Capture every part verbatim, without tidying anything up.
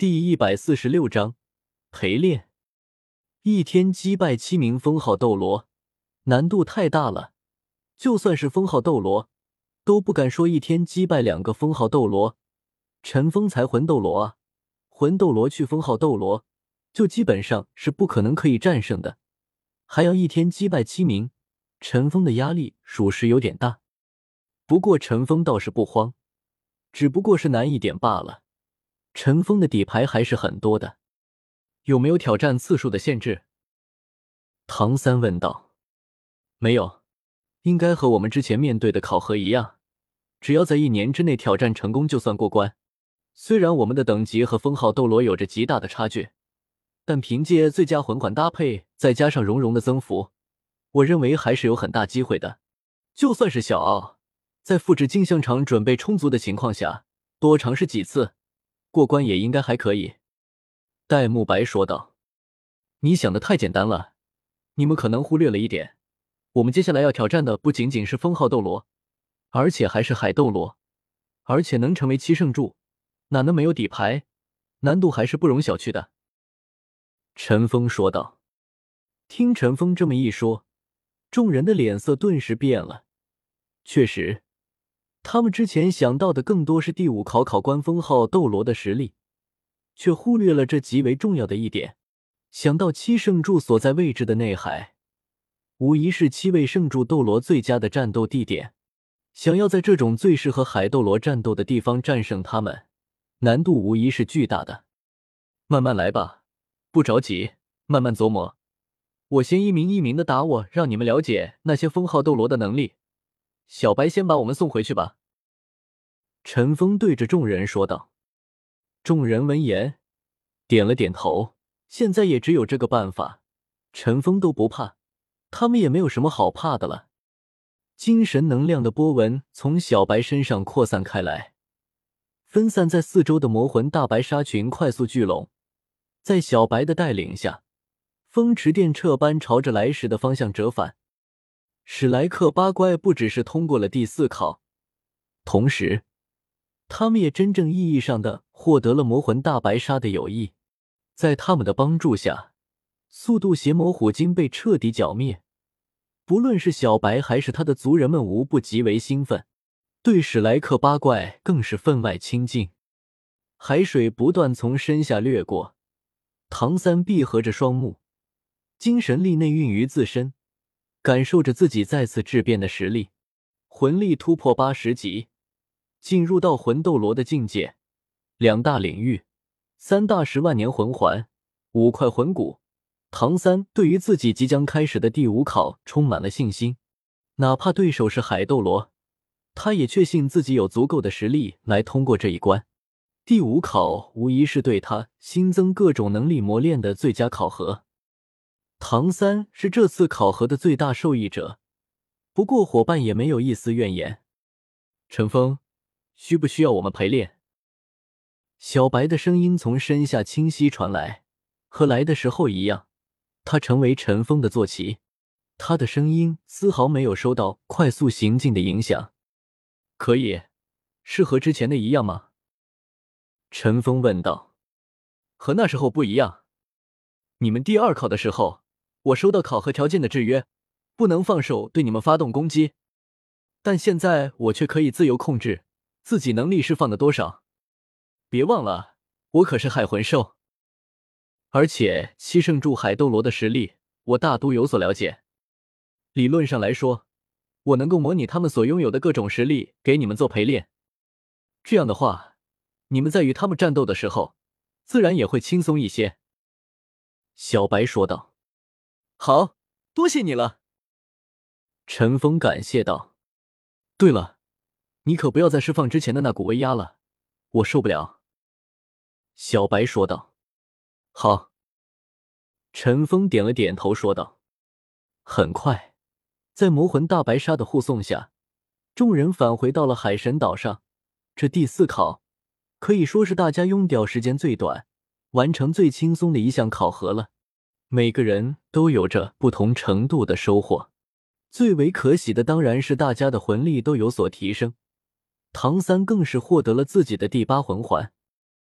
第一百四十六章陪练。一天击败七名封号斗罗，难度太大了，就算是封号斗罗都不敢说一天击败两个封号斗罗。陈封才魂斗罗啊，魂斗罗去封号斗罗就基本上是不可能可以战胜的，还要一天击败七名，陈封的压力属实有点大。不过陈封倒是不慌，只不过是难一点罢了。陈封的底牌还是很多的。有没有挑战次数的限制？唐三问道。没有，应该和我们之前面对的考核一样，只要在一年之内挑战成功就算过关。虽然我们的等级和封号斗罗有着极大的差距，但凭借最佳魂环搭配再加上熔融的增幅，我认为还是有很大机会的。就算是小奥在复制镜像场准备充足的情况下，多尝试几次过关也应该还可以。戴沐白说道。你想的太简单了，你们可能忽略了一点，我们接下来要挑战的不仅仅是封号斗罗，而且还是海斗罗，而且能成为七圣柱，哪能没有底牌，难度还是不容小觑的。陈峰说道。听陈峰这么一说，众人的脸色顿时变了。确实，他们之前想到的更多是第五考考官封号斗罗的实力，却忽略了这极为重要的一点。想到七圣柱所在位置的内海，无疑是七位圣柱斗罗最佳的战斗地点，想要在这种最适合海斗罗战斗的地方战胜他们，难度无疑是巨大的。慢慢来吧，不着急，慢慢琢磨。我先一名一名的打我，让你们了解那些封号斗罗的能力。小白先把我们送回去吧。陈峰对着众人说道。众人闻言点了点头，现在也只有这个办法，陈峰都不怕，他们也没有什么好怕的了。精神能量的波纹从小白身上扩散开来，分散在四周的魔魂大白鲨群快速聚拢，在小白的带领下，风驰电掣般朝着来时的方向折返。史莱克八怪不只是通过了第四考，同时他们也真正意义上的获得了魔魂大白鲨的友谊。在他们的帮助下，速度邪魔虎鲸被彻底剿灭。不论是小白还是他的族人们无不极为兴奋，对史莱克八怪更是分外亲近。海水不断从身下掠过，唐三闭合着双目，精神力内蕴于自身，感受着自己再次质变的实力。魂力突破八十级，进入到魂斗罗的境界，两大领域，三大十万年魂环，五块魂骨。唐三对于自己即将开始的第五考充满了信心，哪怕对手是海斗罗，他也确信自己有足够的实力来通过这一关。第五考无疑是对他新增各种能力磨练的最佳考核。唐三是这次考核的最大受益者，不过伙伴也没有一丝怨言。陈峰，需不需要我们陪练？小白的声音从身下清晰传来，和来的时候一样，他成为陈峰的坐骑，他的声音丝毫没有受到快速行进的影响。可以，是和之前的一样吗？陈峰问道。和那时候不一样，你们第二考的时候，我收到考核条件的制约，不能放手对你们发动攻击，但现在我却可以自由控制自己能力释放的多少。别忘了，我可是海魂兽，而且七圣柱海斗罗的实力我大都有所了解。理论上来说，我能够模拟他们所拥有的各种实力给你们做陪练，这样的话，你们在与他们战斗的时候自然也会轻松一些。小白说道。好，多谢你了。陈峰感谢道。对了，你可不要再释放之前的那股威压了，我受不了。小白说道。好。陈峰点了点头说道。很快，在魔魂大白鲨的护送下，众人返回到了海神岛上。这第四考可以说是大家用掉时间最短，完成最轻松的一项考核了。每个人都有着不同程度的收获，最为可喜的当然是大家的魂力都有所提升，唐三更是获得了自己的第八魂环。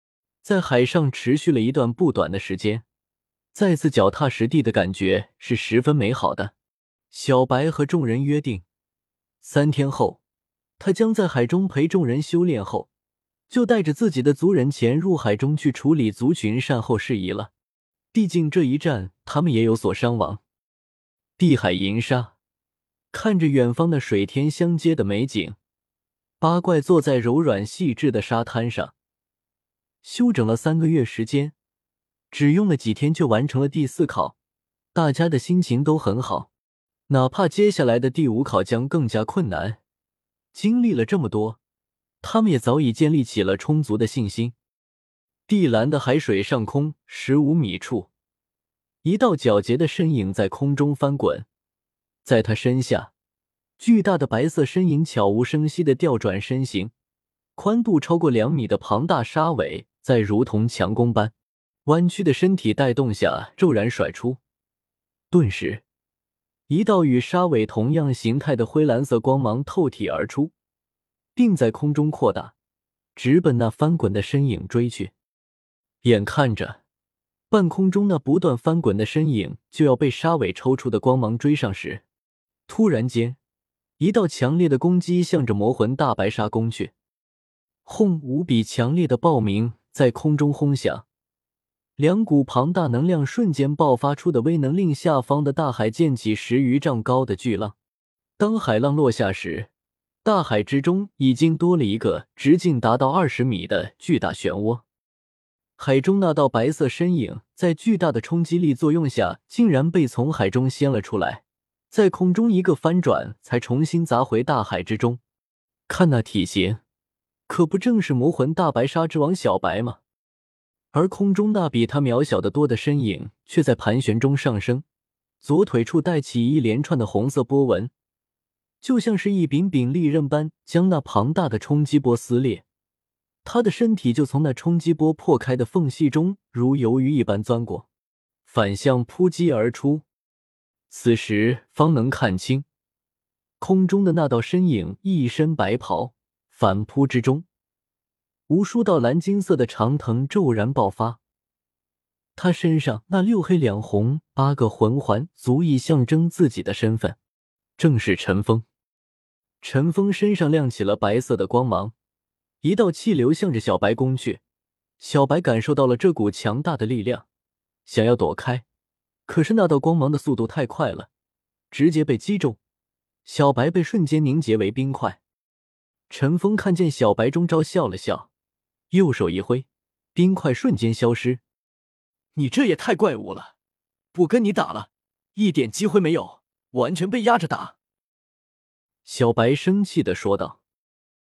在海上持续了一段不短的时间，再次脚踏实地的感觉是十分美好的。小白和众人约定，三天后，他将在海中陪众人修炼后，就带着自己的族人潜入海中去处理族群善后事宜了。毕竟这一战他们也有所伤亡。碧海银沙，看着远方的水天相接的美景，八怪坐在柔软细致的沙滩上，休整了三个月时间，只用了几天就完成了第四考，大家的心情都很好。哪怕接下来的第五考将更加困难，经历了这么多，他们也早已建立起了充足的信心。碧蓝的海水上空十五米处，一道皎洁的身影在空中翻滚，在他身下，巨大的白色身影悄无声息地调转身形，宽度超过两米的庞大沙尾在如同强弓般弯曲的身体带动下骤然甩出，顿时一道与沙尾同样形态的灰蓝色光芒透体而出，并在空中扩大，直奔那翻滚的身影追去。眼看着半空中那不断翻滚的身影就要被沙尾抽出的光芒追上时，突然间一道强烈的攻击向着魔魂大白鲨攻去。轰！无比强烈的爆鸣在空中轰响，两股庞大能量瞬间爆发出的威能令下方的大海溅起十余丈高的巨浪。当海浪落下时，大海之中已经多了一个直径达到二十米的巨大漩涡。海中那道白色身影在巨大的冲击力作用下竟然被从海中掀了出来，在空中一个翻转才重新砸回大海之中。看那体型，可不正是魔魂大白鲨之王小白吗？而空中那比他渺小得多的身影却在盘旋中上升，左腿处带起一连串的红色波纹，就像是一柄柄利刃般将那庞大的冲击波撕裂。他的身体就从那冲击波破开的缝隙中如游鱼一般钻过，反向扑击而出。此时方能看清空中的那道身影，一身白袍，反扑之中无数道蓝金色的长藤骤然爆发，他身上那六黑两红八个魂环足以象征自己的身份，正是陈峰。陈峰身上亮起了白色的光芒，一道气流向着小白攻去。小白感受到了这股强大的力量，想要躲开，可是那道光芒的速度太快了，直接被击中，小白被瞬间凝结为冰块。陈峰看见小白中招笑了笑，右手一挥，冰块瞬间消失。 你这也太怪物了，不跟你打了，一点机会没有，完全被压着打。 小白生气地说道。